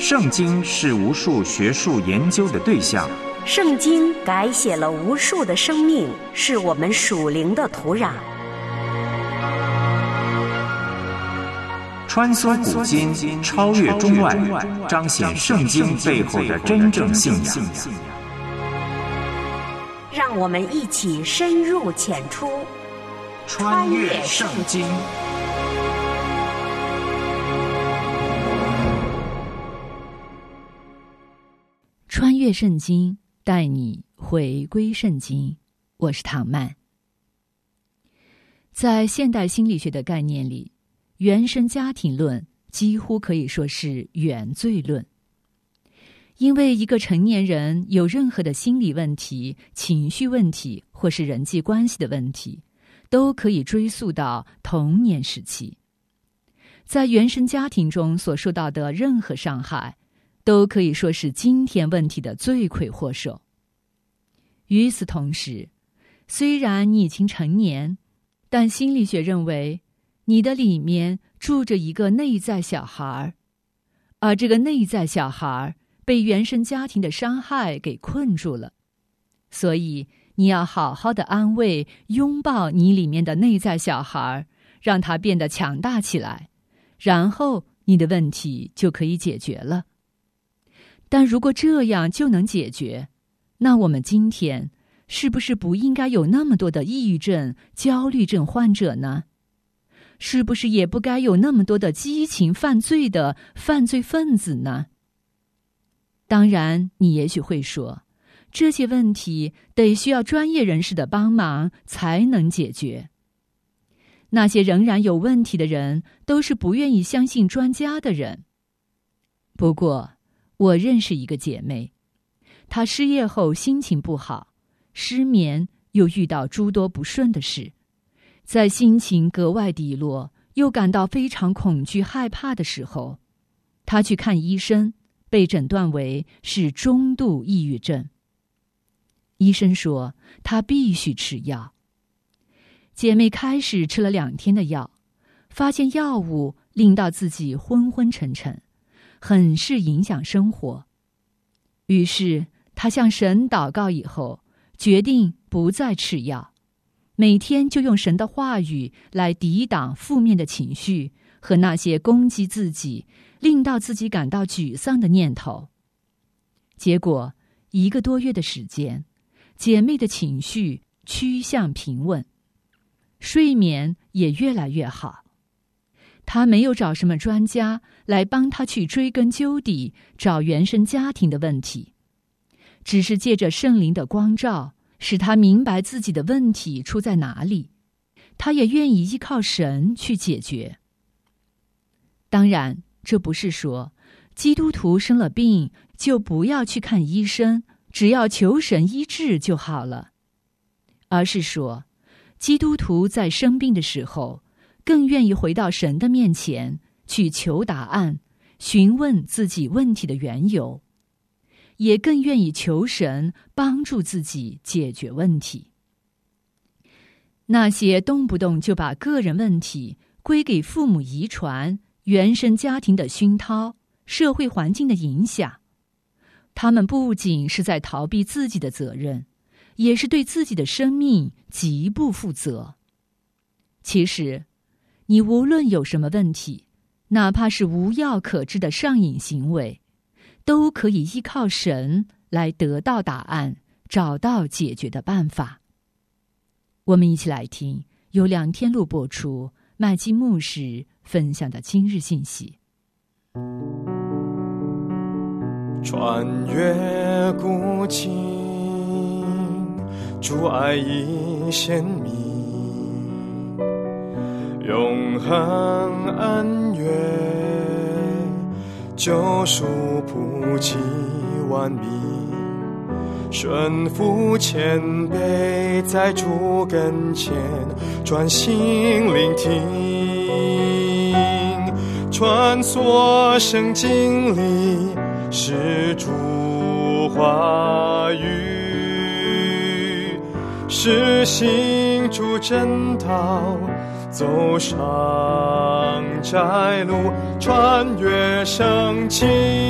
圣经是无数学术研究的对象， 圣经改写了无数的生命，是我们属灵的土壤。 穿梭古今，超越中外，彰显圣经背后的真正信仰。 让我们一起深入浅出， 穿越圣经。 穿越圣经，带你回归圣经。我是唐曼。在现代心理学的概念里，原生家庭论几乎可以说是原罪论。因为一个成年人有任何的心理问题、情绪问题或是人际关系的问题，都可以追溯到童年时期。在原生家庭中所受到的任何伤害，都可以说是今天问题的罪魁祸首。与此同时，虽然你已经成年，但心理学认为你的里面住着一个内在小孩，而这个内在小孩被原生家庭的伤害给困住了。所以你要好好的安慰、拥抱你里面的内在小孩，让他变得强大起来，然后你的问题就可以解决了。但如果这样就能解决，那我们今天是不是不应该有那么多的抑郁症、焦虑症患者呢？是不是也不该有那么多的激情犯罪的犯罪分子呢？当然，你也许会说，这些问题得需要专业人士的帮忙才能解决。那些仍然有问题的人，都是不愿意相信专家的人。不过，我认识一个姐妹，她失业后心情不好，失眠，又遇到诸多不顺的事，在心情格外低落，又感到非常恐惧害怕的时候，她去看医生，被诊断为是中度抑郁症。医生说她必须吃药。姐妹开始吃了2天的药，发现药物令到自己昏昏沉沉，很是影响生活。于是她向神祷告以后，决定不再吃药，每天就用神的话语来抵挡负面的情绪和那些攻击自己、令到自己感到沮丧的念头。结果1个多月的时间，姐妹的情绪趋向平稳，睡眠也越来越好。她没有找什么专家来帮她去追根究底，找原生家庭的问题，只是借着圣灵的光照，使她明白自己的问题出在哪里，她也愿意依靠神去解决。当然，这不是说基督徒生了病就不要去看医生，只要求神医治就好了，而是说基督徒在生病的时候，更愿意回到神的面前去求答案，询问自己问题的缘由，也更愿意求神帮助自己解决问题。那些动不动就把个人问题归给父母遗传、原生家庭的熏陶、社会环境的影响，他们不仅是在逃避自己的责任，也是对自己的生命极不负责。其实，你无论有什么问题，哪怕是无药可治的上瘾行为，都可以依靠神来得到答案，找到解决的办法。我们一起来听由梁天禄播出麦基牧师分享的今日信息。 穿越古今，主爱已显明，永恒恩怨，救赎普及万民，顺服谦卑，在主跟前专心聆听，穿梭圣经里是主话语，是行主真道，走上窄路， 穿越圣经。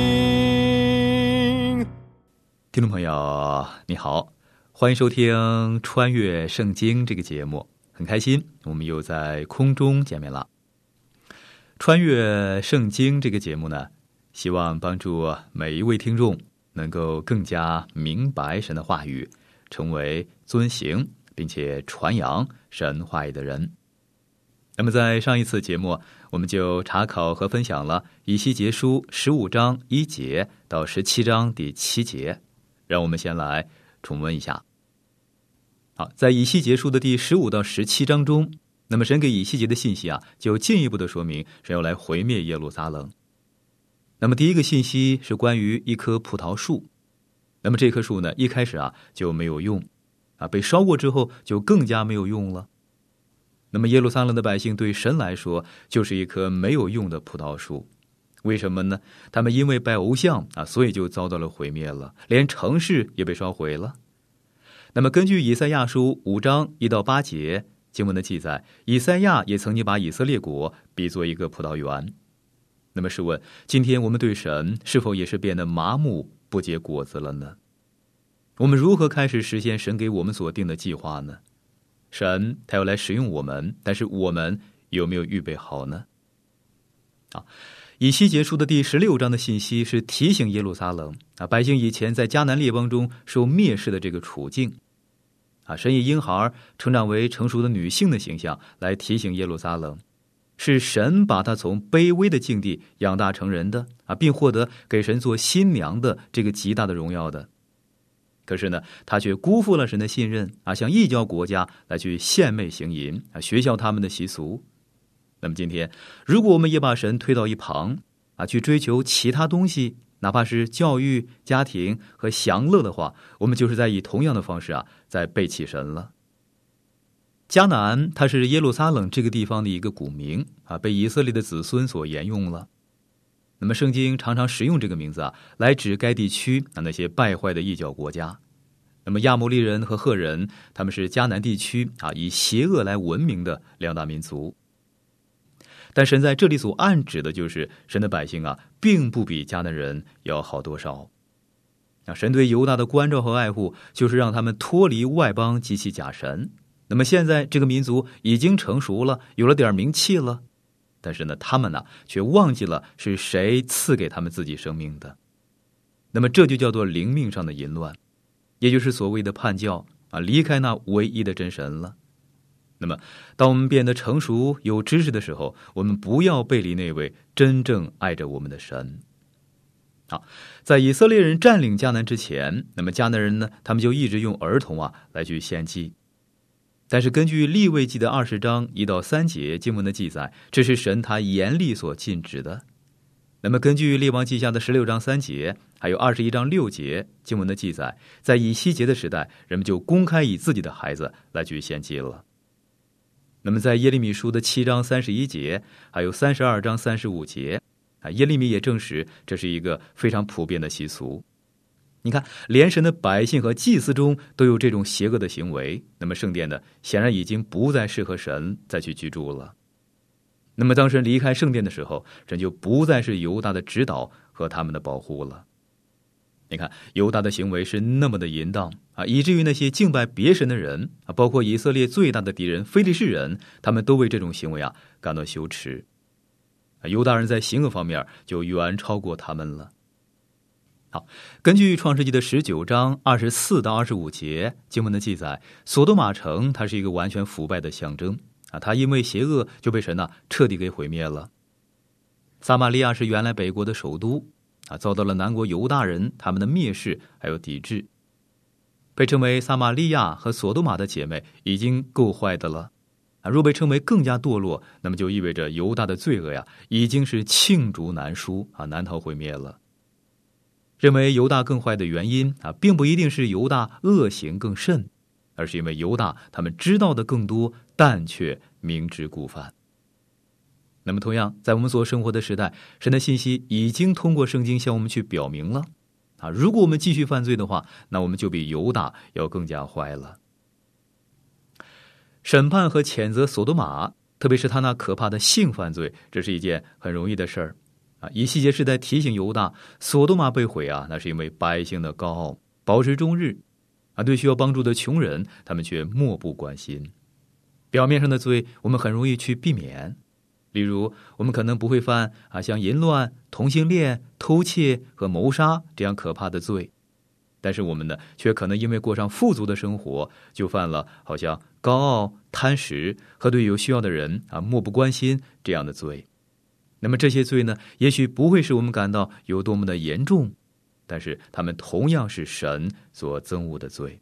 听众朋友你好，欢迎收听《穿越圣经》这个节目，很开心我们又在空中见面了。穿越圣经这个节目呢，希望帮助每一位听众能够更加明白神的话语，成为遵行并且传扬神话语的人。那么在上一次节目，我们就查考和分享了以西结书15章1节到17章第7节，让我们先来重温一下。好，在以西结书的第15到17章中，那么神给以西结的信息就进一步的说明神要来毁灭耶路撒冷。那么第一个信息是关于一棵葡萄树，那么这棵树呢，一开始就没有用，被烧过之后就更加没有用了。那么耶路撒冷的百姓对神来说就是一棵没有用的葡萄树，为什么呢？他们因为拜偶像所以就遭到了毁灭了，连城市也被烧毁了。那么根据以赛亚书5章1到8节经文的记载，以赛亚也曾经把以色列国比作一个葡萄园。那么试问，今天我们对神是否也是变得麻木不结果子了呢？我们如何开始实现神给我们所定的计划呢？神他要来使用我们，但是我们有没有预备好呢？以西结书的第16章的信息是提醒耶路撒冷百姓以前在迦南列邦中受蔑视的这个处境。神以婴孩成长为成熟的女性的形象来提醒耶路撒冷，是神把他从卑微的境地养大成人的并获得给神做新娘的这个极大的荣耀的。可是呢，他却辜负了神的信任向异教国家来去献媚行淫学效他们的习俗。那么今天如果我们也把神推到一旁去追求其他东西，哪怕是教育、家庭和享乐的话，我们就是在以同样的方式在背弃神了。迦南它是耶路撒冷这个地方的一个古名被以色列的子孙所沿用了。那么圣经常常使用这个名字来指该地区那些败坏的异教国家。那么亚摩利人和赫人，他们是迦南地区以邪恶来闻名的两大民族。但神在这里所暗指的就是神的百姓并不比迦南人要好多少。神对犹大的关照和爱护，就是让他们脱离外邦及其假神。那么现在这个民族已经成熟了，有了点名气了，但是呢，他们却忘记了是谁赐给他们自己生命的。那么这就叫做灵命上的淫乱，也就是所谓的叛教离开那唯一的真神了。那么当我们变得成熟有知识的时候，我们不要背离那位真正爱着我们的神。在以色列人占领迦南之前，那么迦南人呢，他们就一直用儿童来去献祭。但是根据利未记的20章1到3节经文的记载，这是神他严厉所禁止的。那么根据列王记下的16章3节还有21章6节经文的记载，在以西结的时代，人们就公开以自己的孩子来去献祭了。那么在耶利米书的7章31节还有32章35节耶利米也证实这是一个非常普遍的习俗。你看，连神的百姓和祭司中都有这种邪恶的行为，那么圣殿呢，显然已经不再适合神再去居住了。那么当神离开圣殿的时候，神就不再是犹大的指导和他们的保护了。你看，犹大的行为是那么的淫荡以至于那些敬拜别神的人包括以色列最大的敌人非利士人，他们都为这种行为感到羞耻。犹大人在行恶方面就远超过他们了。好，根据创世纪的19章24到25节经文的记载，所多玛城它是一个完全腐败的象征它因为邪恶就被神彻底给毁灭了。撒玛利亚是原来北国的首都遭到了南国犹大人他们的蔑视还有抵制。被称为撒玛利亚和所多玛的姐妹已经够坏的了若被称为更加堕落，那么就意味着犹大的罪恶已经是罄竹难书难逃毁灭了。认为犹大更坏的原因并不一定是犹大恶行更甚，而是因为犹大他们知道的更多，但却明知故犯。那么同样，在我们所生活的时代，神的信息已经通过圣经向我们去表明了如果我们继续犯罪的话，那我们就比犹大要更加坏了。审判和谴责所多玛，特别是他那可怕的性犯罪，这是一件很容易的事儿以西结是在提醒犹大，索多玛被毁那是因为百姓的高傲，保持终日对需要帮助的穷人，他们却漠不关心。表面上的罪我们很容易去避免，例如我们可能不会犯像淫乱、同性恋、偷窃和谋杀这样可怕的罪，但是我们呢，却可能因为过上富足的生活，就犯了好像高傲、贪食和对有需要的人漠不关心这样的罪。那么这些罪呢，也许不会使我们感到有多么的严重，但是他们同样是神所憎恶的罪。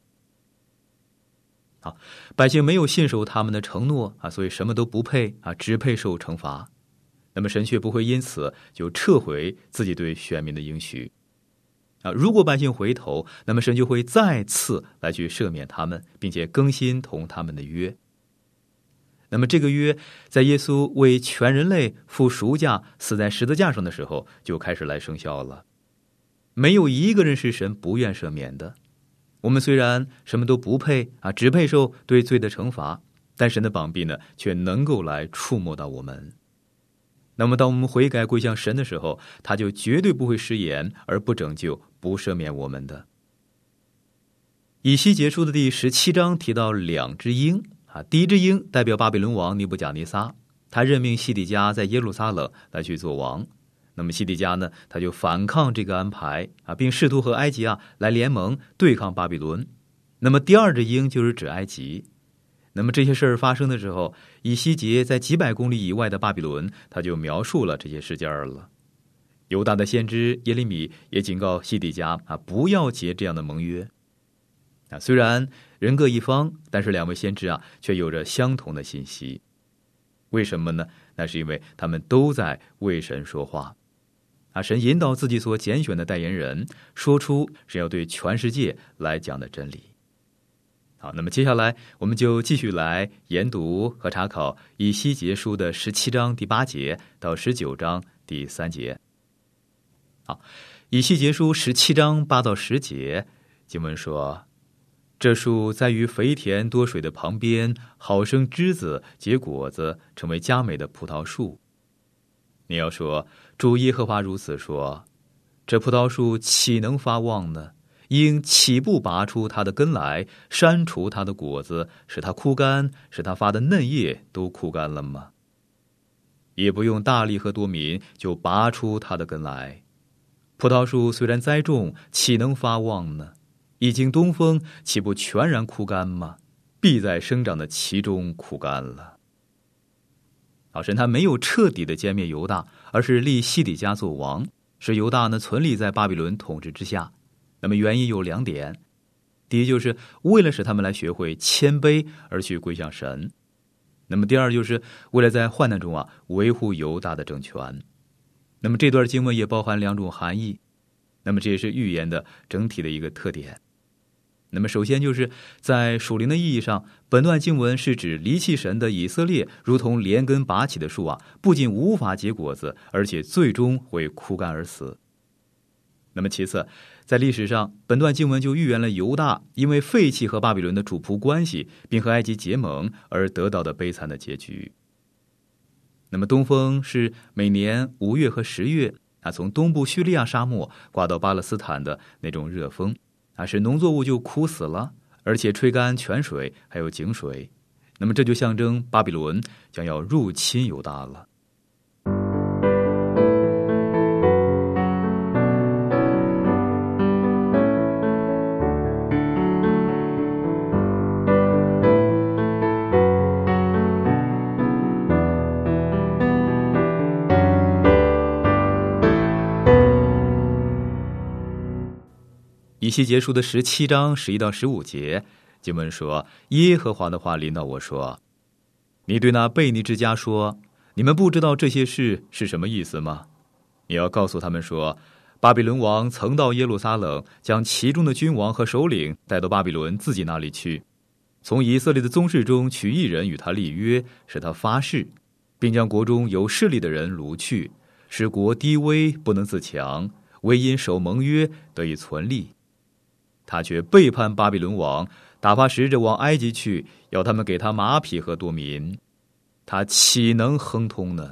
百姓没有信守他们的承诺所以什么都不配只配受惩罚。那么神却不会因此就撤回自己对选民的应许如果百姓回头，那么神就会再次来去赦免他们，并且更新同他们的约。那么这个约在耶稣为全人类付赎价死在十字架上的时候就开始来生效了。没有一个人是神不愿赦免的。我们虽然什么都不配只配受对罪的惩罚，但神的膀臂呢，却能够来触摸到我们。那么当我们悔改归向神的时候，他就绝对不会食言而不拯救、不赦免我们的。以西结书的第17章提到2只鹰第一只鹰代表巴比伦王尼布甲尼撒，他任命西底家在耶路撒冷来去做王。那么西底家呢，他就反抗这个安排并试图和埃及来联盟对抗巴比伦。那么第二只鹰就是指埃及。那么这些事儿发生的时候，以西结在几百公里以外的巴比伦，他就描述了这些事件了。犹大的先知耶利米也警告西底家不要结这样的盟约。虽然人各一方，但是两位先知却有着相同的信息。为什么呢？那是因为他们都在为神说话神引导自己所拣选的代言人说出神要对全世界来讲的真理。好，那么接下来我们就继续来研读和查考以西结书的17章第8节到19章第3节。好，以西结书17章8到10节，经文说：这树栽于肥田多水的旁边，好生枝子，结果子，成为佳美的葡萄树。你要说，主耶和华如此说，这葡萄树岂能发旺呢？应岂不拔出它的根来，删除它的果子，使它枯干，使它发的嫩叶都枯干了吗？也不用大力和多民，就拔出它的根来。葡萄树虽然栽种，岂能发旺呢？一经东风，岂不全然枯干吗？必在生长的其中枯干了。神他没有彻底的歼灭犹大，而是立西底家做王，使犹大呢存立在巴比伦统治之下。那么原因有2点，第一就是为了使他们来学会谦卑而去归向神。那么第二就是为了在患难中维护犹大的政权。那么这段经文也包含2种含义，那么这也是预言的整体的一个特点。那么首先就是在属灵的意义上，本段经文是指离弃神的以色列如同连根拔起的树不仅无法结果子，而且最终会枯干而死。那么其次，在历史上，本段经文就预言了犹大因为废弃和巴比伦的主仆关系，并和埃及结盟而得到的悲惨的结局。那么东风是每年5月和10月从东部叙利亚沙漠刮到巴勒斯坦的那种热风使农作物就枯死了，而且吹干泉水还有井水。那么这就象征巴比伦将要入侵犹大了。以西结书的17章11到15节，经文说：耶和华的话临到我说，你对那悖逆之家说，你们不知道这些事是什么意思吗？你要告诉他们说，巴比伦王曾到耶路撒冷，将其中的君王和首领带到巴比伦自己那里去，从以色列的宗室中取一人与他立约，使他发誓，并将国中有势力的人掳去，使国低微不能自强，唯因守盟约得以存立。他却背叛巴比伦王，打发使者往埃及去，要他们给他马匹和多民。他岂能亨通呢？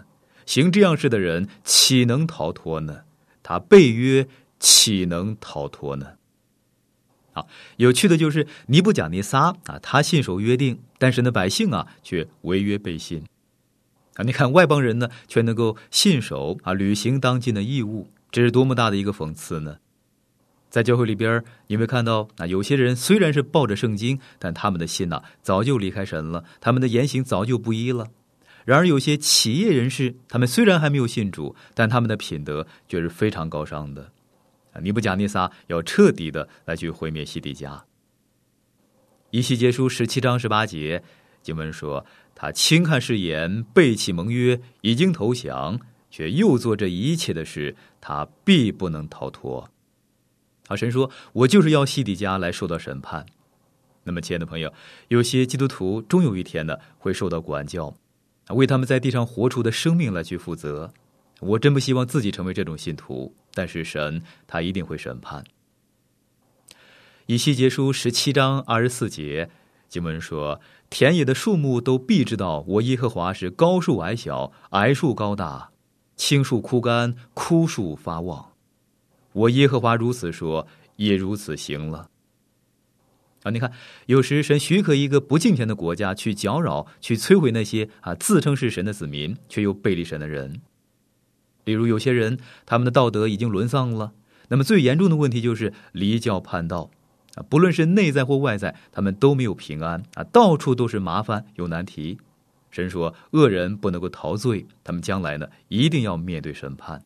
行这样事的人岂能逃脱呢？他背约岂能逃脱呢？有趣的就是尼布甲尼撒他信守约定，但是呢百姓却违约背信。你看外邦人呢却能够信守履行当尽的义务，这是多么大的一个讽刺呢？在教会里边你会看到有些人虽然是抱着圣经，但他们的心早就离开神了，他们的言行早就不一了。然而有些企业人士，他们虽然还没有信主，但他们的品德却是非常高尚的。尼布甲尼撒要彻底的来去毁灭西底家。以西结书17章18节经文说，他轻看誓言，背弃盟约，已经投降，却又做这一切的事，他必不能逃脱。神说，我就是要西底家来受到审判。那么亲爱的朋友，有些基督徒终有一天呢会受到管教，为他们在地上活出的生命来去负责。我真不希望自己成为这种信徒，但是神他一定会审判。以西结书17章24节经文说，田野的树木都必知道我耶和华是高树矮小，矮树高大，青树枯干，枯树发旺。我耶和华如此说，也如此行了。你看，有时神许可一个不敬虔的国家去搅扰，去摧毁那些自称是神的子民却又背离神的人。例如有些人他们的道德已经沦丧了，那么最严重的问题就是离教叛道，不论是内在或外在，他们都没有平安，到处都是麻烦有难题。神说恶人不能够逃罪，他们将来呢一定要面对审判。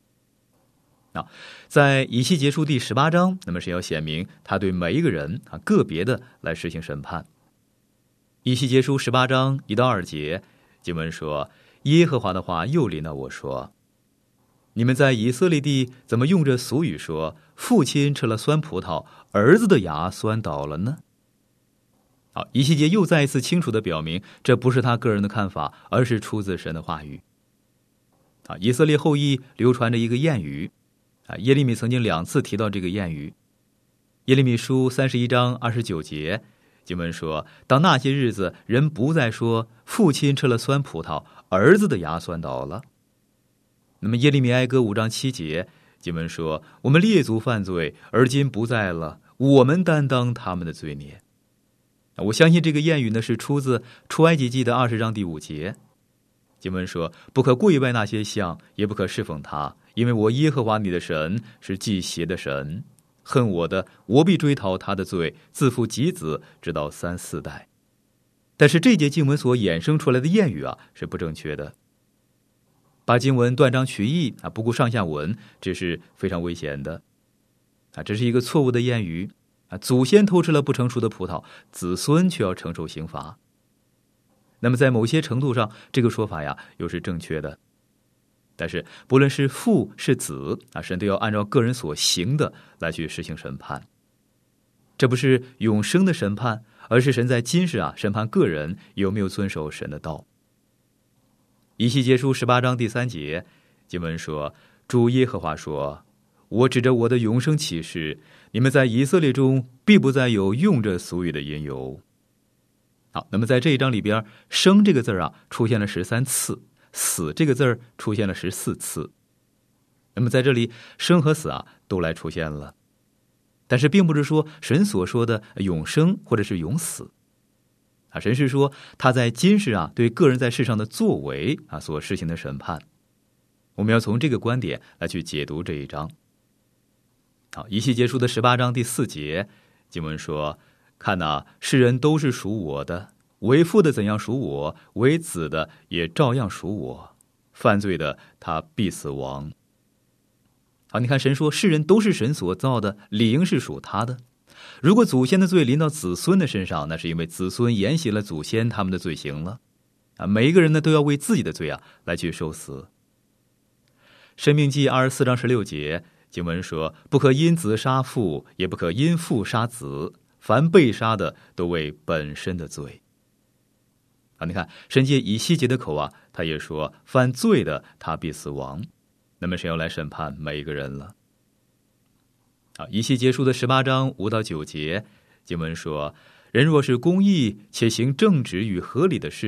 在以西结书第18章，那么神要显明他对每一个人个别的来实行审判。以西结书18章1到2节经文说，耶和华的话又临到我说，你们在以色列地怎么用这俗语说，父亲吃了酸葡萄，儿子的牙酸倒了呢？以西结又再一次清楚地表明，这不是他个人的看法，而是出自神的话语。以色列后裔流传着一个谚语，耶利米曾经2次提到这个谚语。耶利米书31章29节经文说，当那些日子，人不再说父亲吃了酸葡萄，儿子的牙酸倒了。那么耶利米哀歌5章7节经文说，我们列祖犯罪，而今不在了，我们担当他们的罪孽。我相信这个谚语呢是出自出埃及记的20章第5节经文说，不可跪拜那些像，也不可侍奉他，因为我耶和华你的神是忌邪的神，恨我的，我必追讨他的罪，自父及子，直到3、4代。但是这节经文所衍生出来的谚语是不正确的，把经文断章取义不顾上下文，这是非常危险的这是一个错误的谚语祖先偷吃了不成熟的葡萄，子孙却要承受刑罚。那么在某些程度上，这个说法又是正确的。但是不论是父是子神都要按照个人所行的来去实行审判。这不是永生的审判，而是神在今世审判个人有没有遵守神的道。以西结书18章第3节经文说，主耶和华说，我指着我的永生启示，你们在以色列中必不再有用这俗语的因由。好，那么在这一章里边，生这个字出现了13次，死这个字出现了14次。那么在这里，生和死都来出现了，但是并不是说神所说的永生或者是永死神是说他在今世对个人在世上的作为所实行的审判。我们要从这个观点来去解读这一章。好，以西结书的18章第4节经文说，看世人都是属我的，为父的怎样属我，为子的也照样属我，犯罪的他必死亡。好，你看神说世人都是神所造的，理应是属他的。如果祖先的罪临到子孙的身上，那是因为子孙沿袭了祖先他们的罪行了每一个人呢都要为自己的罪来去受死。申命记24章16节经文说，不可因子杀父，也不可因父杀子，凡被杀的都为本身的罪你看神借以西结的口他也说犯罪的他必死亡。那么神要来审判每一个人了以西结书的18章5到9节经文说，人若是公义且行正直与合理的事，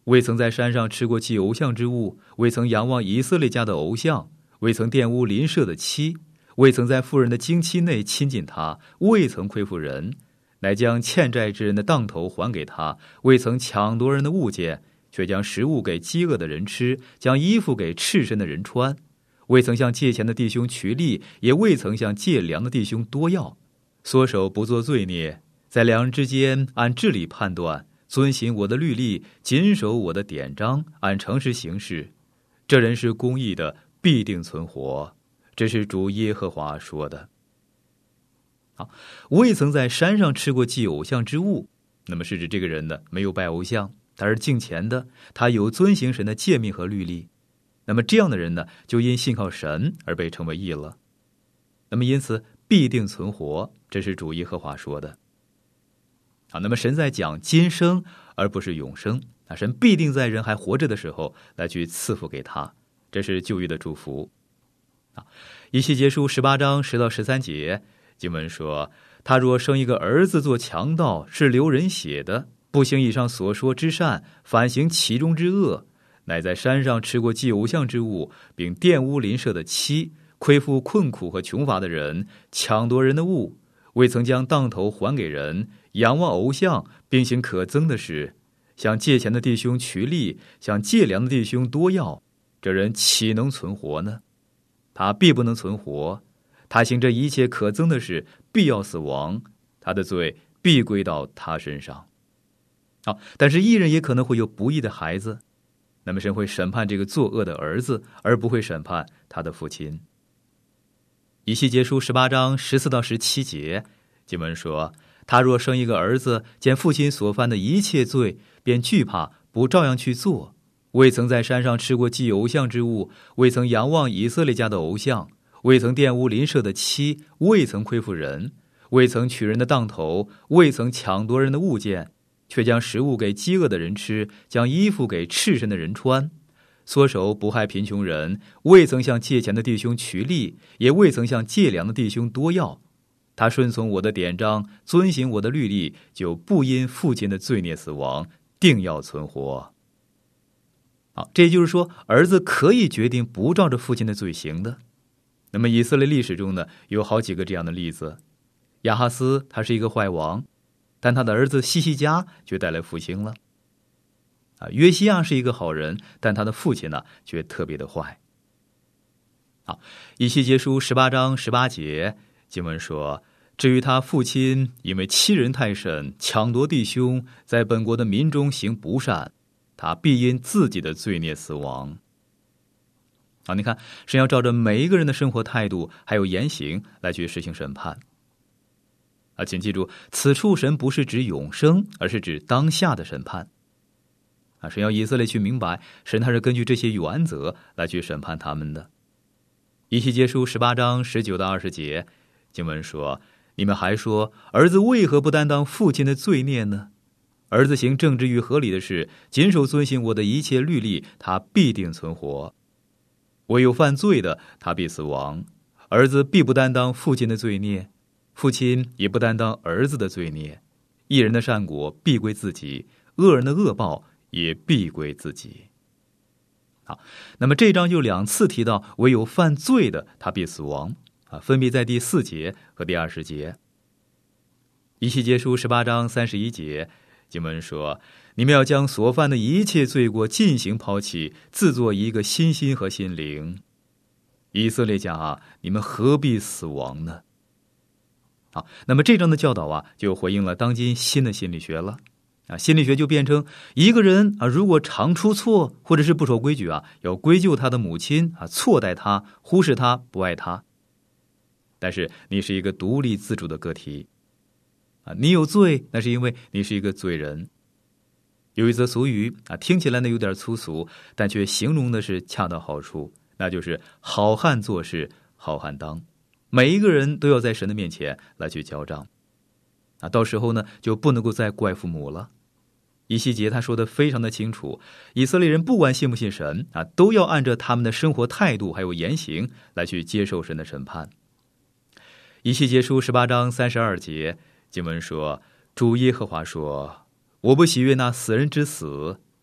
未曾在山上吃过祭偶像之物，未曾仰望以色列家的偶像，未曾玷污邻舍的妻，未曾在妇人的经期内亲近他，未曾亏负人，乃将欠债之人的当头还给他，未曾抢夺人的物件，却将食物给饥饿的人吃，将衣服给赤身的人穿，未曾向借钱的弟兄取利，也未曾向借粮的弟兄多要，缩手不做罪孽，在两人之间按治理判断，遵行我的律例，谨守我的典章，按诚实行事，这人是公义的，必定存活。这是主耶和华说的。好，未曾在山上吃过祭偶像之物，那么是指这个人呢没有拜偶像，他是敬虔的，他有遵行神的诫命和律例。那么这样的人呢，就因信靠神而被称为义了。那么因此必定存活，这是主耶和华说的。好，那么神在讲今生而不是永生，神必定在人还活着的时候来去赐福给他，这是旧约的祝福。以西结书18章10到13节，经文说，他若生一个儿子做强盗，是流人血的，不行以上所说之善，反行其中之恶，乃在山上吃过祭偶像之物，并玷污邻舍的妻，亏负困苦和穷乏的人，抢夺人的物，未曾将当头还给人，仰望偶像，并行可憎的事，向借钱的弟兄取利，向借粮的弟兄多要，这人岂能存活呢？他必不能存活，他行这一切可憎的事，必要死亡，他的罪必归到他身上。好，但是义人也可能会有不义的孩子，那么神会审判这个作恶的儿子，而不会审判他的父亲。以西结书18章14到17节，经文说，他若生一个儿子，见父亲所犯的一切罪，便惧怕，不照样去做，未曾在山上吃过祭偶像之物，未曾仰望以色列家的偶像，未曾玷污邻舍的妻，未曾亏负人，未曾取人的当头，未曾抢夺人的物件，却将食物给饥饿的人吃，将衣服给赤身的人穿，缩手不害贫穷人，未曾向借钱的弟兄取利，也未曾向借粮的弟兄多要，他顺从我的典章，遵行我的律例，就不因父亲的罪孽死亡，定要存活。好，这就是说，儿子可以决定不照着父亲的罪行的。那么以色列历史中呢，有好几个这样的例子。亚哈斯他是一个坏王，但他的儿子希西家却带来复兴了。约西亚是一个好人，但他的父亲呢却特别的坏。好，以西结书18章18节，经文说，至于他父亲因为欺人太甚，抢夺弟兄，在本国的民中行不善，他必因自己的罪孽死亡。好，你看，神要照着每一个人的生活态度还有言行来去实行审判。请记住，此处神不是指永生，而是指当下的审判。神要以色列去明白，神他是根据这些原则来去审判他们的。以西结书18章19到20节，经文说，你们还说，儿子为何不担当父亲的罪孽呢？儿子行正直与合理的事，谨守遵行我的一切律例，他必定存活。唯有犯罪的，他必死亡。儿子必不担当父亲的罪孽，父亲也不担当儿子的罪孽。义人的善果必归自己，恶人的恶报也必归自己。好，那么这章就2次提到唯有犯罪的，他必死亡，分别在第4节和第20节。以西结书18章31节，经文说，你们要将所犯的一切罪过尽行抛弃，自作一个新心和心灵。以色列家啊，你们何必死亡呢？好，那么这章的教导就回应了当今新的心理学了。心理学就辩称，一个人如果常出错或者是不守规矩要归咎他的母亲错待他，忽视他，不爱他。但是你是一个独立自主的个体你有罪，那是因为你是一个罪人。有一则俗语听起来呢有点粗俗，但却形容的是恰到好处，那就是好汉做事好汉当。每一个人都要在神的面前来去交账到时候呢就不能够再怪父母了。以西结他说的非常的清楚，以色列人不管信不信神都要按照他们的生活态度还有言行来去接受神的审判。以西结书18章32节，经文说，主耶和华说，我不喜悦那死人之死，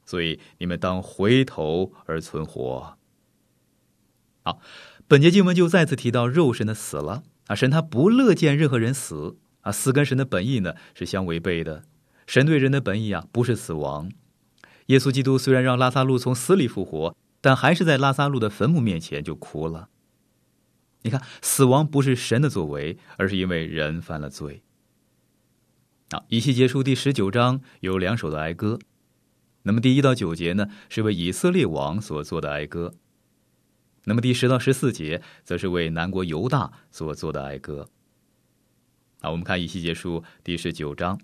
所以你们当回头而存活。好，本节经文就再次提到肉身的死了神他不乐见任何人死死跟神的本意呢是相违背的。神对人的本意不是死亡。耶稣基督虽然让拉撒路从死里复活，但还是在拉撒路的坟墓面前就哭了。你看，死亡不是神的作为，而是因为人犯了罪。以西结书第19章有2首的哀歌，那么第1到9节呢是为以色列王所做的哀歌，那么第10到14节则是为南国犹大所做的哀歌。我们看以西结书第19章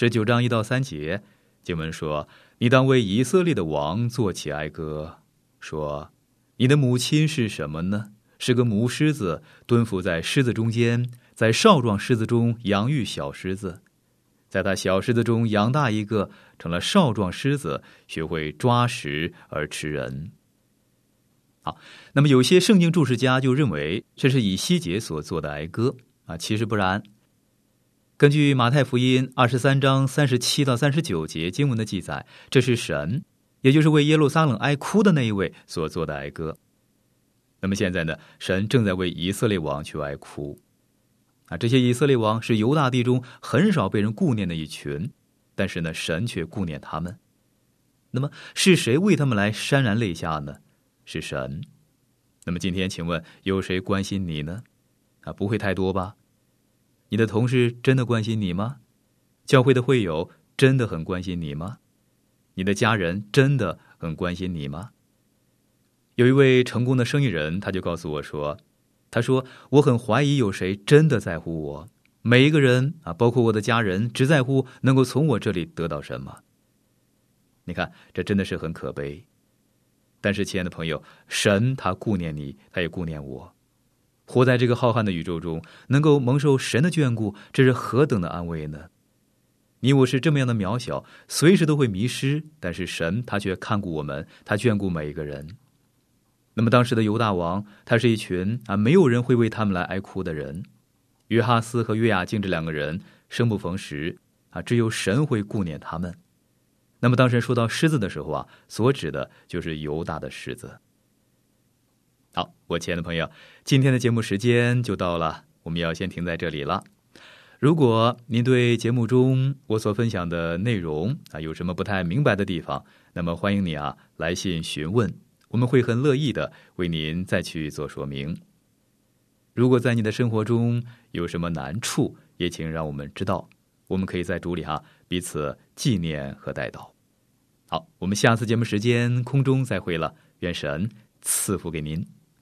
1到3节，经文说：你当为以色列的王作起哀歌，说：你的母亲是什么呢？是个母狮子，蹲伏在狮子中间，在少壮狮子中养育小狮子，在他小狮子中养大一个，成了少壮狮子，学会抓食而吃人。好，那么有些圣经注释家就认为这是以西结所做的哀歌其实不然。根据马太福音23章37到39节经文的记载，这是神，也就是为耶路撒冷哀哭的那一位所做的哀歌。那么现在呢，神正在为以色列王去哀哭这些以色列王是犹大地中很少被人顾念的一群，但是呢，神却顾念他们。那么是谁为他们来潸然泪下呢？是神。那么今天请问有谁关心你呢？不会太多吧？你的同事真的关心你吗？教会的会友真的很关心你吗？你的家人真的很关心你吗？有一位成功的生意人，他就告诉我说，他说我很怀疑有谁真的在乎我，每一个人包括我的家人，只在乎能够从我这里得到什么。你看，这真的是很可悲。但是亲爱的朋友，神他顾念你，他也顾念我。活在这个浩瀚的宇宙中，能够蒙受神的眷顾，这是何等的安慰呢？你我是这么样的渺小，随时都会迷失，但是神他却看顾我们，他眷顾每一个人。那么当时的犹大王，他是一群没有人会为他们来哀哭的人。约哈斯和约雅敬这2个人生不逢时只有神会顾念他们。那么当神说到狮子的时候所指的就是犹大的狮子。好，我亲爱的朋友，今天的节目时间就到了，我们要先停在这里了。如果您对节目中我所分享的内容有什么不太明白的地方，那么欢迎你来信询问，我们会很乐意的为您再去做说明。如果在你的生活中有什么难处，也请让我们知道，我们可以在主里彼此纪念和代祷。好，我们下次节目时间空中再会了，愿神赐福给您。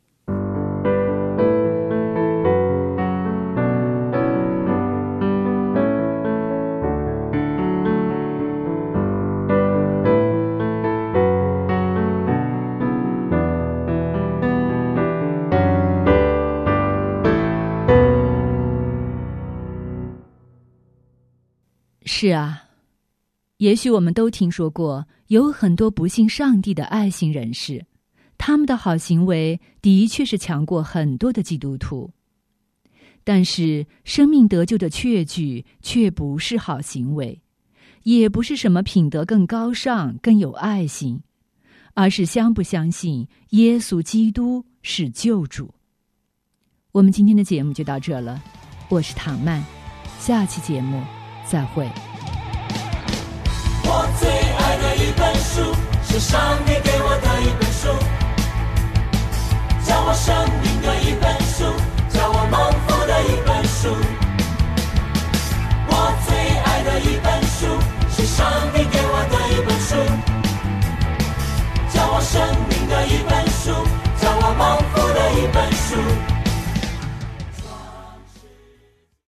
是也许我们都听说过有很多不信上帝的爱心人士，他们的好行为的确是强过很多的基督徒。但是生命得救的确据却不是好行为，也不是什么品德更高尚更有爱心，而是相不相信耶稣基督是救主。我们今天的节目就到这了，我是唐曼，下期节目再会。 我最爱的一本书，是上帝给我的一本书，叫我生